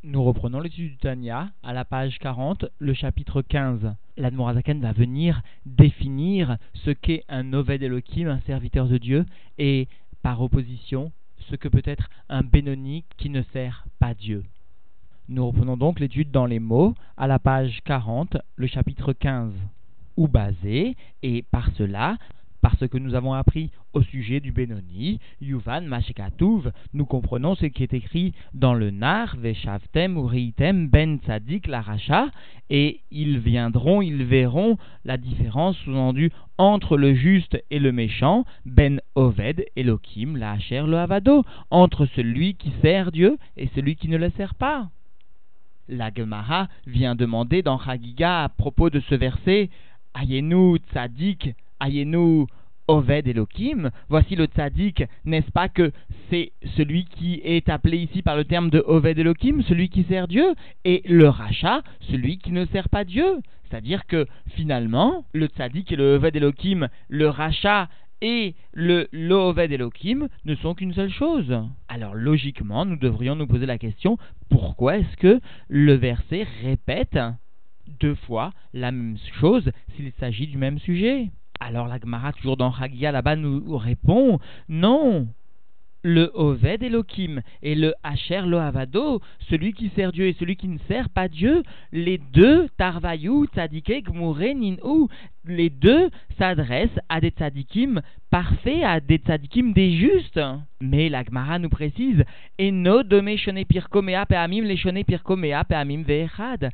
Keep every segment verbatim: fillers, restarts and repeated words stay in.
Nous reprenons l'étude du Tanya à la page quarante, le chapitre quinze. L'Admor HaZaken va venir définir ce qu'est un Oved Elohim, un serviteur de Dieu, et par opposition, ce que peut être un Benoni qui ne sert pas Dieu. Nous reprenons donc l'étude dans les mots à la page quarante, le chapitre quinze. Ou basé, et par cela, parce que nous avons appris au sujet du Benoni, Yuvan Mashekatuv, nous comprenons ce qui est écrit dans le Nar, Veshavtem ou Reitem Ben Tzadik la Racha, et ils viendront, ils verront la différence sous-entendue entre le juste et le méchant, Ben Oved Elohim la Asher le Havado, entre celui qui sert Dieu et celui qui ne le sert pas. La Gemara vient demander dans Chagiga à propos de ce verset, Ayenu Tzadik, Ayenu Oved Elohim, voici le tzaddik, n'est-ce pas que c'est celui qui est appelé ici par le terme de Oved Elohim, celui qui sert Dieu, et le Racha, celui qui ne sert pas Dieu. C'est-à-dire que finalement, le tzaddik et le Oved Elohim, le Racha et le Lo-Oved Elohim ne sont qu'une seule chose. Alors logiquement, nous devrions nous poser la question, pourquoi est-ce que le verset répète deux fois la même chose s'il s'agit du même sujet? Alors la Gemara, toujours dans Chagiga, là-bas, nous répond, non, le Oved Elohim et le Asher Lo Havado, celui qui sert Dieu et celui qui ne sert pas Dieu, les deux, Tarvayu, Tzadike, Gmure, Nin'u, les deux s'adressent à des tzadikim parfaits, à des tzadikim des justes. Mais la Gemara nous précise, Eno dome shone pirkomea pe'amim le shone pirkomea pe'amim ve'echad.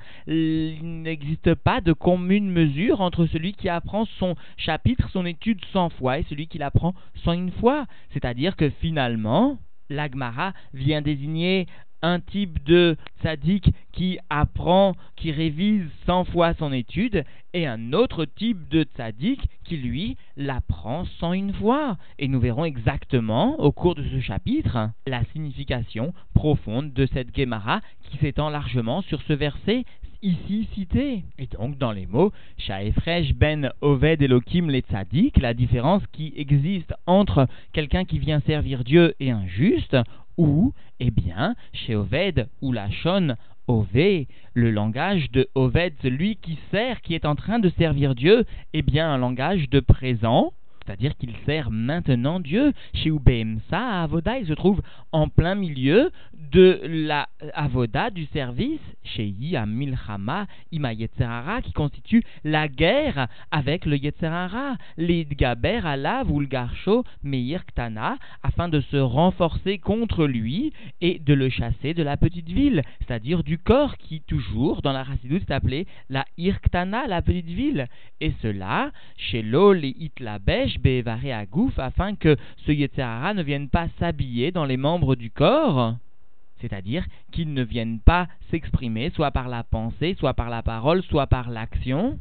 Il n'existe pas de commune mesure entre celui qui apprend son chapitre, son étude cent fois et celui qui l'apprend cent une fois. C'est-à-dire que finalement, la Gemara vient désigner un type de tzaddik qui apprend, qui révise cent fois son étude, et un autre type de tzaddik qui, lui, l'apprend cent une fois. Et nous verrons exactement, au cours de ce chapitre, la signification profonde de cette Gemara qui s'étend largement sur ce verset ici cité. Et donc, dans les mots, Shaefresh ben Oved Elohim le tzaddik, la différence qui existe entre quelqu'un qui vient servir Dieu et un juste, ou, eh bien, chez Oved ou Lachon Ové, le langage de Oved, celui qui sert, qui est en train de servir Dieu, eh bien, un langage de présent, c'est-à-dire qu'il sert maintenant Dieu. Chez Ubemsa, Avoda, il se trouve en plein milieu de la Avoda, du service, chez Yi Milchama, Ima Yetzerara, qui constitue la guerre avec le Yetzerara, les Gaber Alav ou le Garcho Meir Ktana, afin de se renforcer contre lui et de le chasser de la petite ville, c'est-à-dire du corps qui, toujours, dans la Chassidoute, est appelé la Irktana, la petite ville. Et cela, chez Lo, les Itlabesh, Bevaré Agouf, afin que ce Yetzerara ne vienne pas s'habiller dans les membres du corps, c'est-à-dire qu'ils ne viennent pas s'exprimer soit par la pensée, soit par la parole, soit par l'action.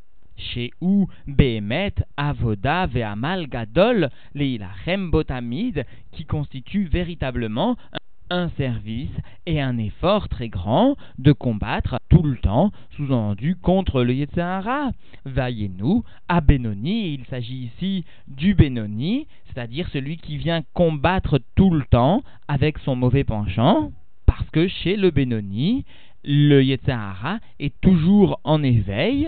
Chez ou Behemet, Avoda, Ve'amal, Gadol, Leilachem Botamid, qui constitue véritablement un service et un effort très grand de combattre tout le temps, sous-entendu, contre le Yetzirah. Vayenu, à Benoni, il s'agit ici du Benoni, c'est-à-dire celui qui vient combattre tout le temps avec son mauvais penchant, parce que chez le Benoni, le Yetzirah est toujours en éveil,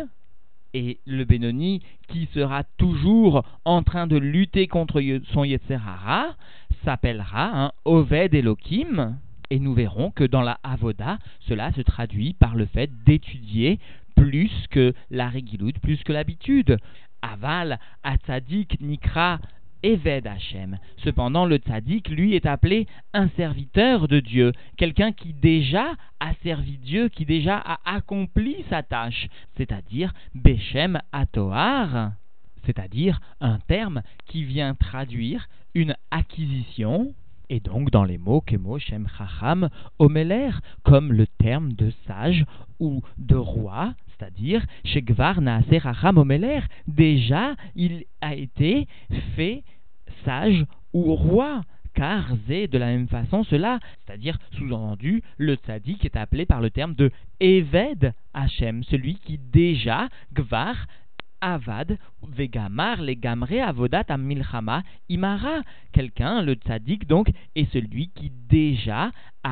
et le Benoni qui sera toujours en train de lutter contre son Yetzirah s'appellera un Oved Elohim, et nous verrons que dans la Avoda, cela se traduit par le fait d'étudier plus que la Regilut, plus que l'habitude. Aval, Atzadik, Nikra, Eved Hashem. Cependant, le tzaddik, lui, est appelé un serviteur de Dieu, quelqu'un qui déjà a servi Dieu, qui déjà a accompli sa tâche, c'est-à-dire Beshem Atoar, c'est-à-dire un terme qui vient traduire une acquisition, et donc dans les mots Kemo Shem Chacham Omeler, comme le terme de sage ou de roi, c'est-à-dire chez Gvar Naase Chacham Omeler, déjà il a été fait sage ou roi, car c'est de la même façon cela, c'est-à-dire sous-entendu, le tzaddik est appelé par le terme de Eved Hashem, celui qui déjà, Gvar, Avad, Vegamar, les Gamre, Avodat, Amilchama, Imara. Quelqu'un, le tzaddik donc, est celui qui déjà a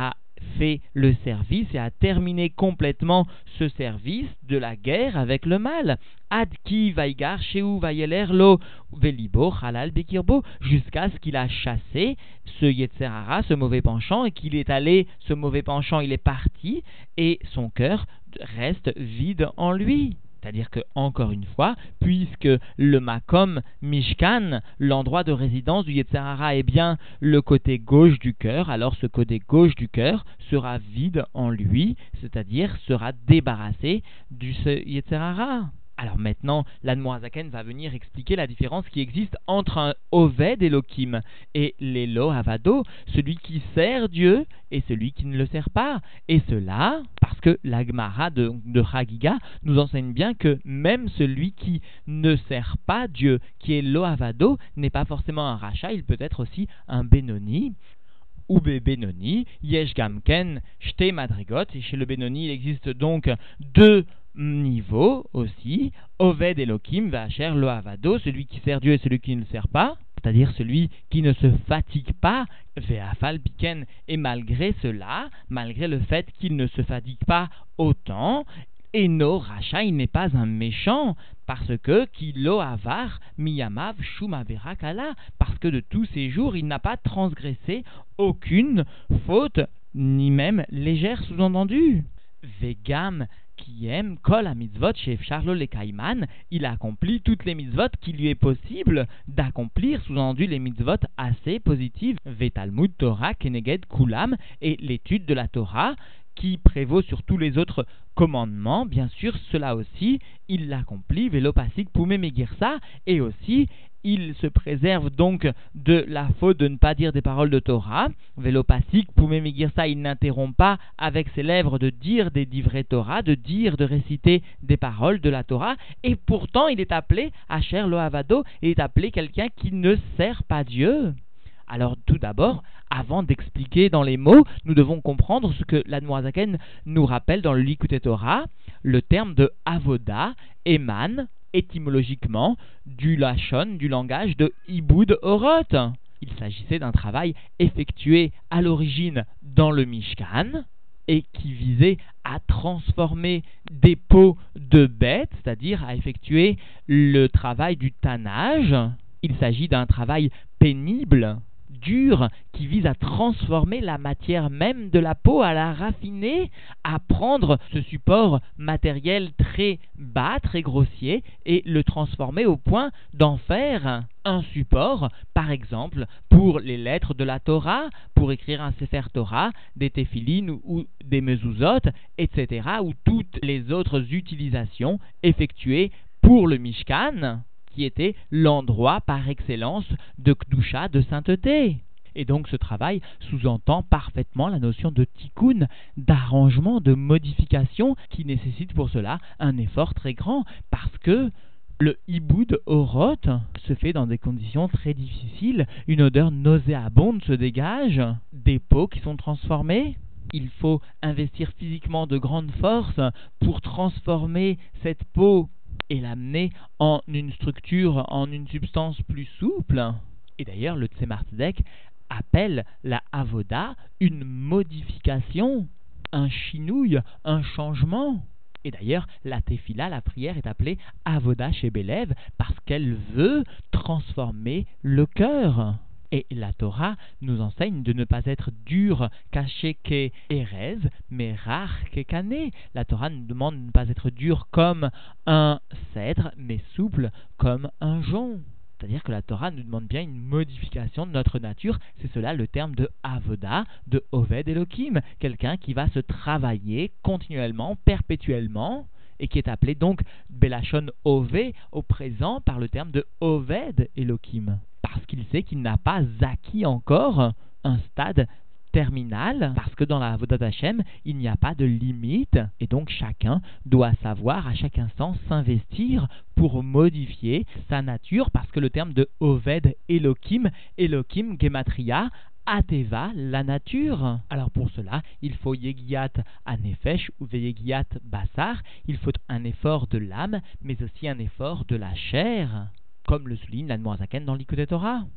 fait le service et a terminé complètement ce service de la guerre avec le mal. Ad ki vaigar sheu vayeler lo velibo halal bekirbo, jusqu'à ce qu'il a chassé ce Yetzer Hara, ce mauvais penchant, et qu'il est allé, ce mauvais penchant, il est parti, et son cœur reste vide en lui. C'est-à-dire que, encore une fois, puisque le Makom Mishkan, l'endroit de résidence du Yetzer Hara, est bien le côté gauche du cœur, alors ce côté gauche du cœur sera vide en lui, c'est-à-dire sera débarrassé du Yetzer Hara. Alors maintenant, l'Admorazaken va venir expliquer la différence qui existe entre un Oved Elohim et l'Elo Havado, celui qui sert Dieu et celui qui ne le sert pas. Et cela, parce que la Gemara de, de Chagiga nous enseigne bien que même celui qui ne sert pas Dieu, qui est Lo Havado, n'est pas forcément un rachat, il peut être aussi un Benoni. Ou Benoni, Yesh Gamken, Shte Madrigot, et chez le Benoni il existe donc deux niveau aussi, Oved Elohim Vacher Lo Havado, celui qui sert Dieu et celui qui ne le sert pas, c'est-à-dire celui qui ne se fatigue pas, Ve'afal Biken, et malgré cela, malgré le fait qu'il ne se fatigue pas autant, Eno Racha, il n'est pas un méchant, parce que Kilo Avar Miyamav Shumavera Kala, parce que de tous ces jours, il n'a pas transgressé aucune faute, ni même légère sous-entendue. Vegam qui aime kol à mitzvot chez Charlo le Kaiman, il accomplit toutes les mitzvot qu'il lui est possible d'accomplir, sous-entendu les mitzvot assez positives. Vetalmud Torah keneged kulam, et l'étude de la Torah qui prévaut sur tous les autres commandements, bien sûr, cela aussi, il l'accomplit, velopasik pume megirsa, et aussi, il se préserve donc de la faute de ne pas dire des paroles de Torah. Velopasik pume megirsa, il n'interrompt pas avec ses lèvres de dire des divrei Torah, de dire, de réciter des paroles de la Torah, et pourtant il est appelé Asher Lo Havado, il est appelé quelqu'un qui ne sert pas Dieu. Alors tout d'abord, avant d'expliquer dans les mots, nous devons comprendre ce que l'Admorazaken nous rappelle dans le Likutei Torah. Le terme de avoda émane étymologiquement du lachon, du langage de Iboud Oroth. Il s'agissait d'un travail effectué à l'origine dans le Mishkan et qui visait à transformer des peaux de bêtes, c'est-à-dire à effectuer le travail du tannage. Il s'agit d'un travail pénible, dur, qui vise à transformer la matière même de la peau, à la raffiner, à prendre ce support matériel très bas, très grossier, et le transformer au point d'en faire un support, par exemple, pour les lettres de la Torah, pour écrire un Sefer Torah, des téphilines ou, ou des mezuzot, et cetera, ou toutes les autres utilisations effectuées pour le Mishkan, qui était l'endroit par excellence de Kdusha, de sainteté. Et donc ce travail sous-entend parfaitement la notion de tikkun, d'arrangement, de modification, qui nécessite pour cela un effort très grand, parce que le Iboud Oroth se fait dans des conditions très difficiles, une odeur nauséabonde se dégage, des peaux qui sont transformées. Il faut investir physiquement de grandes forces pour transformer cette peau et l'amener en une structure, en une substance plus souple. Et d'ailleurs, le Tzemar Tzedek appelle la avoda une modification, un chinouille, un changement. Et d'ailleurs, la tefila, la prière, est appelée avoda chez Belev parce qu'elle veut transformer le cœur. Et la Torah nous enseigne de ne pas être dur, caché qu'est Erez, mais rare qu'est Kané. La Torah nous demande de ne pas être dur comme un cèdre, mais souple comme un jonc. C'est-à-dire que la Torah nous demande bien une modification de notre nature. C'est cela le terme de avoda, de Oved Elohim, quelqu'un qui va se travailler continuellement, perpétuellement, et qui est appelé donc Belashon Ové au présent par le terme de Oved Elohim. Parce qu'il sait qu'il n'a pas acquis encore un stade terminal, parce que dans la Avodat Hashem, il n'y a pas de limite, et donc chacun doit savoir à chaque instant s'investir pour modifier sa nature, parce que le terme de Oved Elohim, Elohim Gematria, Ateva, la nature. Alors pour cela, il faut Yegiat Anefesh ou Yegiat Basar, il faut un effort de l'âme, mais aussi un effort de la chair, comme le souligne l'Admorazaken dans l'Likutei Torah.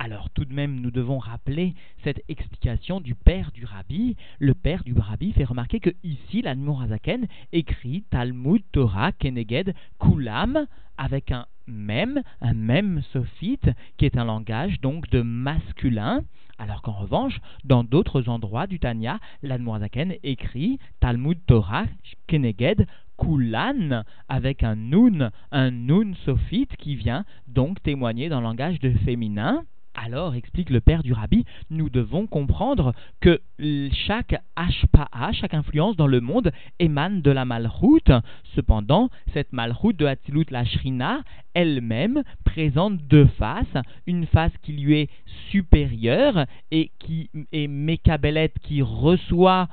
Alors tout de même, nous devons rappeler cette explication du père du Rabbi. Le père du Rabbi fait remarquer que ici, l'Admor Hazaken écrit Talmud Torah Keneged Kulam avec un même, un même sophite qui est un langage donc de masculin. Alors qu'en revanche, dans d'autres endroits du Tanya, l'Admor Hazaken écrit Talmud Torah Keneged Kulan avec un nun, un nun sophite qui vient donc témoigner dans le langage de féminin. Alors, explique le père du Rabbi, nous devons comprendre que chaque hashpa'a, chaque influence dans le monde émane de la malchoute. Cependant, cette malchoute de Hatzilut, la Shrina, elle-même présente deux faces. Une face qui lui est supérieure et qui est Mekabelet, qui reçoit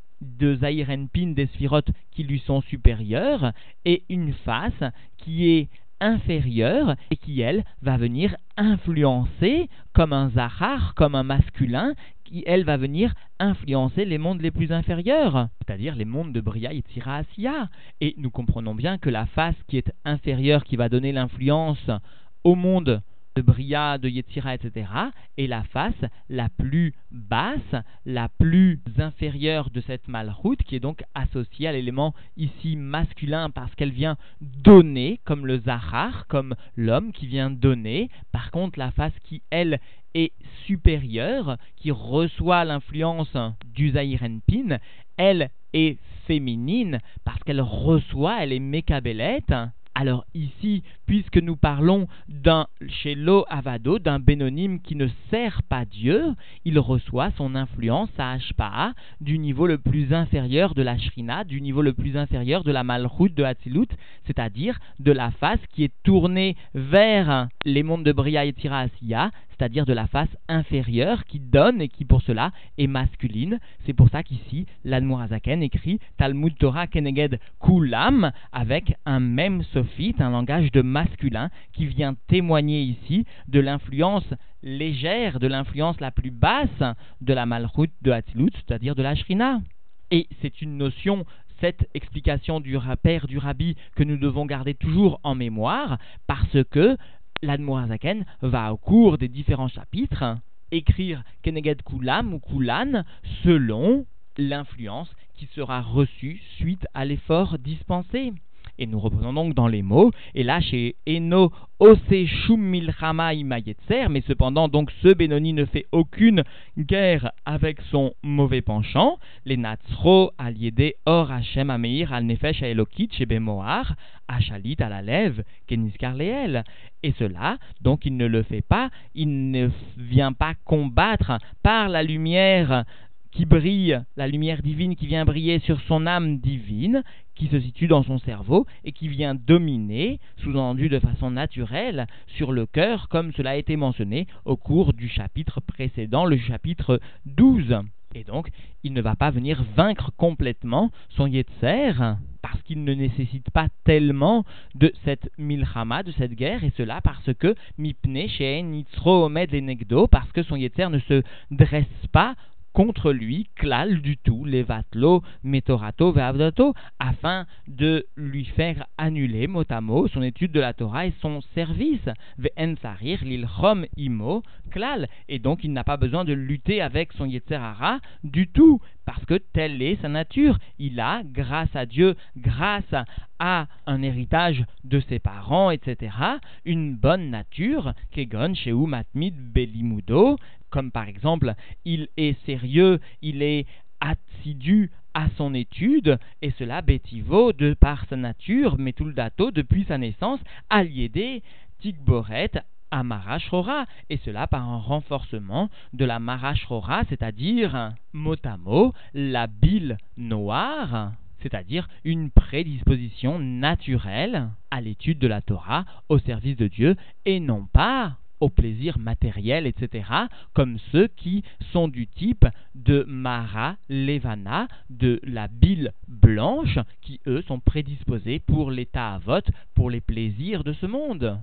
de Zahir Enpin des sphirotes qui lui sont supérieures, et une face qui est inférieure et qui, elle, va venir influencer comme un zahar, comme un masculin, qui, elle, va venir influencer les mondes les plus inférieurs, c'est-à-dire les mondes de Bria, Yetzira, Asiya. Et nous comprenons bien que la face qui est inférieure, qui va donner l'influence au monde de Bria, de Yetzira, et cetera, est la face la plus basse, la plus inférieure de cette malchoute, qui est donc associée à l'élément ici masculin parce qu'elle vient donner, comme le Zahar, comme l'homme qui vient donner. Par contre, la face qui, elle, est supérieure, qui reçoit l'influence du Zahir Enpin, elle est féminine parce qu'elle reçoit, elle est Mekabelet. Alors ici, puisque nous parlons d'un Shelo Avado, d'un bénonyme qui ne sert pas Dieu, il reçoit son influence à Hashpa'a du niveau le plus inférieur de la Shrina, du niveau le plus inférieur de la Malchut de Hatzilut, c'est-à-dire de la face qui est tournée vers les mondes de Bria et Tira Asiya, c'est-à-dire de la face inférieure qui donne et qui pour cela est masculine. C'est pour ça qu'ici, l'Admor Hazaken écrit Talmud Torah Keneged Kulam avec un même sophite, un langage de masculin qui vient témoigner ici de l'influence légère, de l'influence la plus basse de la Malchut de Hatzilut, c'est-à-dire de la Shrina. Et c'est une notion, cette explication du père du Rabbi que nous devons garder toujours en mémoire parce que l'Admor Hazaken va au cours des différents chapitres écrire Keneged Kulam ou Kulan selon l'influence qui sera reçue suite à l'effort dispensé. Et nous reprenons donc dans les mots, et là chez Eno Ose Shum Milchama Imayetzer, mais cependant donc ce Benoni ne fait aucune guerre avec son mauvais penchant, les Natsro Aliede Or Hashem Ameir Al Nefesh Aelokit Shebe Mohar Achalit à la lève Keniskar Leel. Et cela, donc il ne le fait pas, il ne vient pas combattre par la lumière qui brille, la lumière divine qui vient briller sur son âme divine, qui se situe dans son cerveau et qui vient dominer, sous-entendu de façon naturelle, sur le cœur, comme cela a été mentionné au cours du chapitre précédent, le chapitre douze. Et donc, il ne va pas venir vaincre complètement son Yetzer, parce qu'il ne nécessite pas tellement de cette milchama, de cette guerre, et cela parce que mipne she'en nitzro omed lenegdo, parce que son Yetzer ne se dresse pas contre lui, klal du tout, levatlo, metorato, ve'avdato, afin de lui faire annuler mot à mot son étude de la Torah et son service, ve'en sarir lilchom imo, klal, et donc il n'a pas besoin de lutter avec son Yetzer hara du tout, parce que telle est sa nature. Il a, grâce à Dieu, grâce à un héritage de ses parents, et cetera, une bonne nature, kegon sheu matmid belimudo, comme par exemple, il est sérieux, il est assidu à son étude, et cela bétivo de par sa nature, metuldato depuis sa naissance, aliédé, tigboret, à Marashrora, et cela par un renforcement de la Marashrora, c'est-à-dire, mot à mot, la bile noire, c'est-à-dire une prédisposition naturelle à l'étude de la Torah, au service de Dieu, et non pas au plaisir matériel, et cetera, comme ceux qui sont du type de Mara Levana, de la bile blanche, qui eux sont prédisposés pour les ta'avot, pour les plaisirs de ce monde.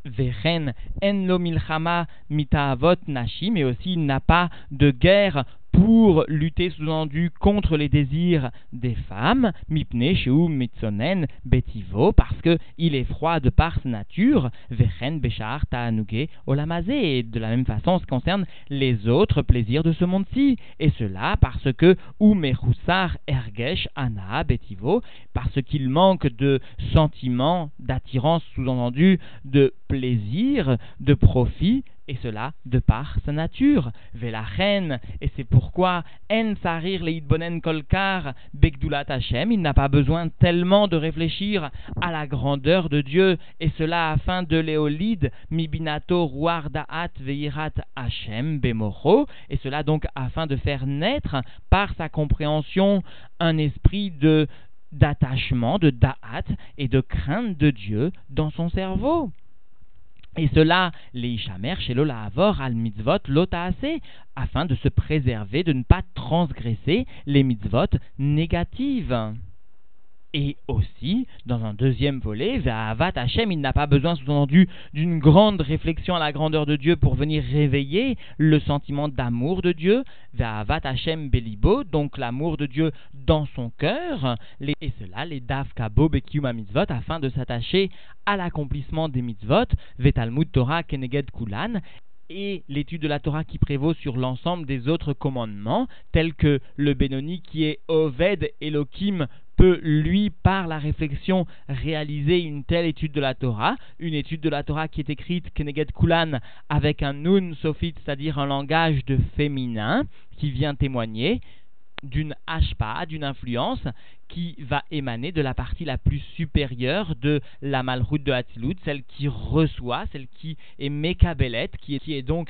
Vechen en lo milchama mita'avot nashi, mais aussi il n'a pas de guerre pour lutter sous-entendu contre les désirs des femmes, mipne sheu mitzonen betivo, parce que il est froid de par sa nature, vechen beshar ta'anuge olamazé, et de la même façon, ce concerne les autres plaisirs de ce monde-ci, et cela parce que ou mechusar ergesh ana betivo, parce qu'il manque de sentiments, d'attirance, sous-entendu de plaisir, de profit, et cela de par sa nature. Velachen, et c'est pourquoi en sarir leitbonen kolkar begdulat Hashem, il n'a pas besoin tellement de réfléchir à la grandeur de Dieu, et cela afin de l'éolide mibinato ruar da'at veirat Hashem bemocho, et cela donc afin de faire naître par sa compréhension un esprit de d'attachement, de da'at et de crainte de Dieu dans son cerveau. Et cela, les Ishamer, chez l'Ola Avor, al mitzvot, l'otaase, afin de se préserver, de ne pas transgresser les mitzvot négatives. Et aussi, dans un deuxième volet, Ve'ahavat Hashem, il n'a pas besoin, sous-entendu, d'une grande réflexion à la grandeur de Dieu pour venir réveiller le sentiment d'amour de Dieu. Ve'ahavat Hashem belibo, donc l'amour de Dieu dans son cœur. Et cela, les davka bo bekium mitzvot, afin de s'attacher à l'accomplissement des mitzvot. Ve'talmud Torah keneged kulan. Et l'étude de la Torah qui prévaut sur l'ensemble des autres commandements, tels que le Benoni qui est Oved Elohim peut, lui, par la réflexion, réaliser une telle étude de la Torah, une étude de la Torah qui est écrite Keneged Kulan avec un Nun Sofit, c'est-à-dire un langage de féminin qui vient témoigner d'une hashpa, d'une influence qui va émaner de la partie la plus supérieure de la Malchut de Hatzilut, celle qui reçoit, celle qui est Mekabelet, qui est, qui est donc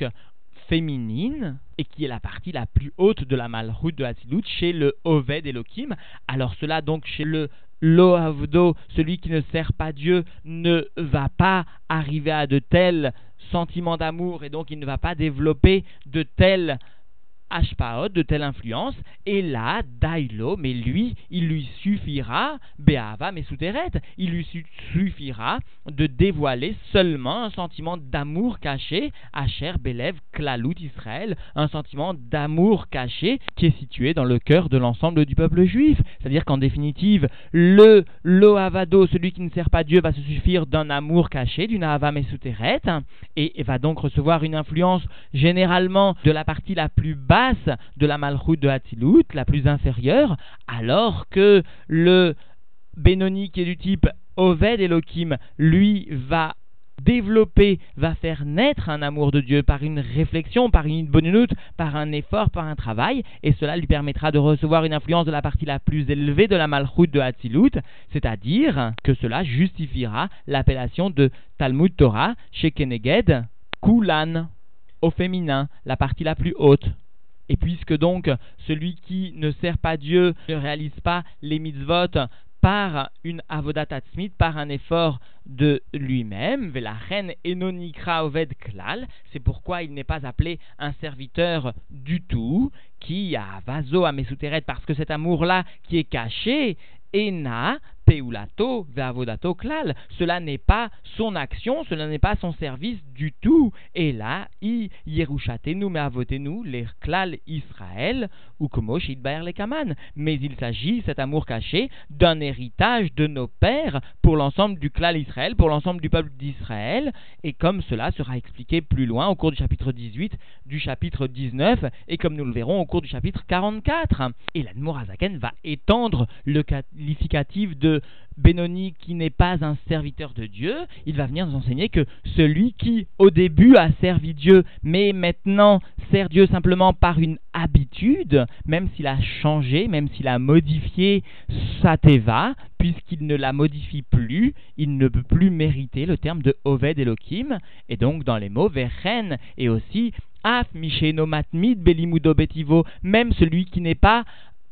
féminine, et qui est la partie la plus haute de la Malchut de Hatzilut chez le Oved Elohim. Alors cela donc chez le Lohavdo, celui qui ne sert pas Dieu, ne va pas arriver à de tels sentiments d'amour, et donc il ne va pas développer de tels Ashpaot, de telle influence, et là, Dailo, mais lui, il lui suffira, Be'ava Mesuteret, il lui suffira de dévoiler seulement un sentiment d'amour caché, Asher Belev Klalut Israël, un sentiment d'amour caché qui est situé dans le cœur de l'ensemble du peuple juif. C'est-à-dire qu'en définitive, le Lohavado, celui qui ne sert pas Dieu, va se suffire d'un amour caché, d'une Ahava Mesuteret, et va donc recevoir une influence généralement de la partie la plus basse de la Malchut de Hatzilut, la plus inférieure, alors que le Benoni qui est du type Oved Elohim, lui, va développer, va faire naître un amour de Dieu par une réflexion, par une bonne par un effort, par un travail, et cela lui permettra de recevoir une influence de la partie la plus élevée de la Malchut de Hatzilut, c'est-à-dire que cela justifiera l'appellation de Talmud Torah chez Keneged Kulan, au féminin, la partie la plus haute. Et puisque donc celui qui ne sert pas Dieu ne réalise pas les mitzvot par une avodat atzmit, par un effort de lui-même, velachen enonikra oved klal, c'est pourquoi il n'est pas appelé un serviteur du tout, qui a vaso à mesuteret, parce que cet amour-là qui est caché, ena peulato ve'avodato klal, cela n'est pas son action, cela n'est pas son service du tout. Et là, i yerushatenu me'avotenu les klal Israël ou komo shidbaer lekaman. Mais il s'agit, cet amour caché, d'un héritage de nos pères pour l'ensemble du klal Israël, pour l'ensemble du peuple d'Israël. Et comme cela sera expliqué plus loin au cours du chapitre dix-huit, du chapitre dix-neuf, et comme nous le verrons au cours du chapitre quarante-quatre. Et l'Admor Hazaken va étendre le qualificatif de Benoni qui n'est pas un serviteur de Dieu. Il va venir nous enseigner que celui qui au début a servi Dieu mais maintenant sert Dieu simplement par une habitude, même s'il a changé, même s'il a modifié sa teva, puisqu'il ne la modifie plus, il ne peut plus mériter le terme de Oved Elohim. Et donc dans les mots Vechen et aussi Af Misheno Matmid Belimudo Betivo, même celui qui n'est pas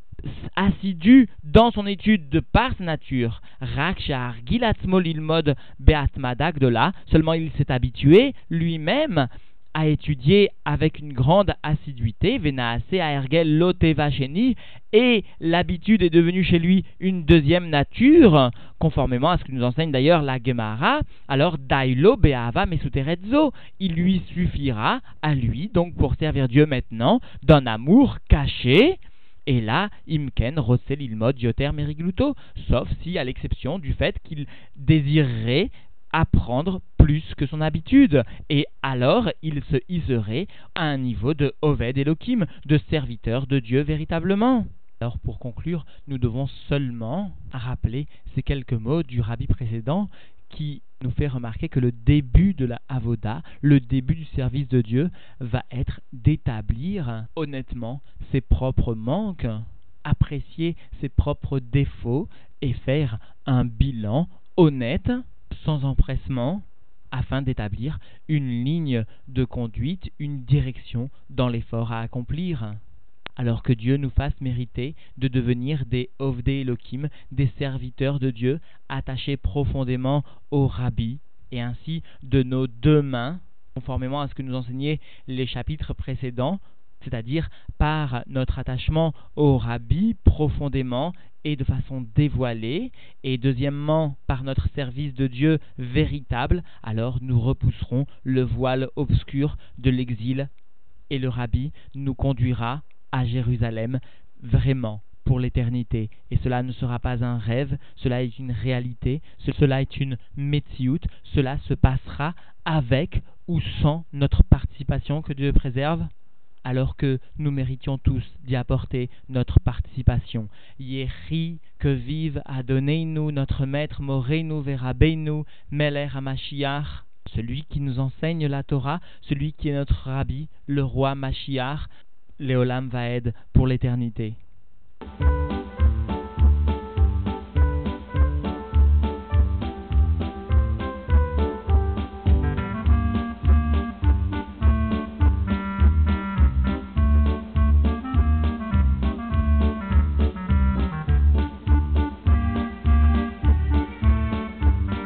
assidu dans son étude de par sa nature, Rakshar Gilatzmo Lilmod Beatmadak de là, seulement il s'est habitué lui-même à étudier avec une grande assiduité, Venaase Aergel Loteva Sheni, et l'habitude est devenue chez lui une deuxième nature, conformément à ce que nous enseigne d'ailleurs la Gemara, alors Dailo Be'ava Mesuterezzo, il lui suffira à lui, donc pour servir Dieu maintenant, d'un amour caché. Et là, Imken, Rossel, Ilmod, Yoter, Merigluto, sauf si, à l'exception du fait qu'il désirerait apprendre plus que son habitude. Et alors, il se hisserait à un niveau de Oved Elohim, de serviteur de Dieu véritablement. Alors, pour conclure, nous devons seulement rappeler ces quelques mots du rabbi précédent qui nous fait remarquer que le début de la Avoda, le début du service de Dieu, va être d'établir honnêtement ses propres manques, apprécier ses propres défauts et faire un bilan honnête, sans empressement, afin d'établir une ligne de conduite, une direction dans l'effort à accomplir. Alors que Dieu nous fasse mériter de devenir des Ovdei Elohim, des serviteurs de Dieu, attachés profondément au Rabbi, et ainsi de nos deux mains, conformément à ce que nous enseignaient les chapitres précédents, c'est-à-dire par notre attachement au Rabbi profondément et de façon dévoilée, et deuxièmement par notre service de Dieu véritable, alors nous repousserons le voile obscur de l'exil, et le Rabbi nous conduira à Jérusalem, vraiment, pour l'éternité. Et cela ne sera pas un rêve, cela est une réalité, cela est une metsiout, cela se passera avec ou sans notre participation, que Dieu préserve, alors que nous méritions tous d'y apporter notre participation. Yehi, que vive Adonenu, notre maître, Moreinu Verabenu, Meler HaMashiach, celui qui nous enseigne la Torah, celui qui est notre Rabbi, le roi Mashiach, Léolam Vaed pour l'éternité.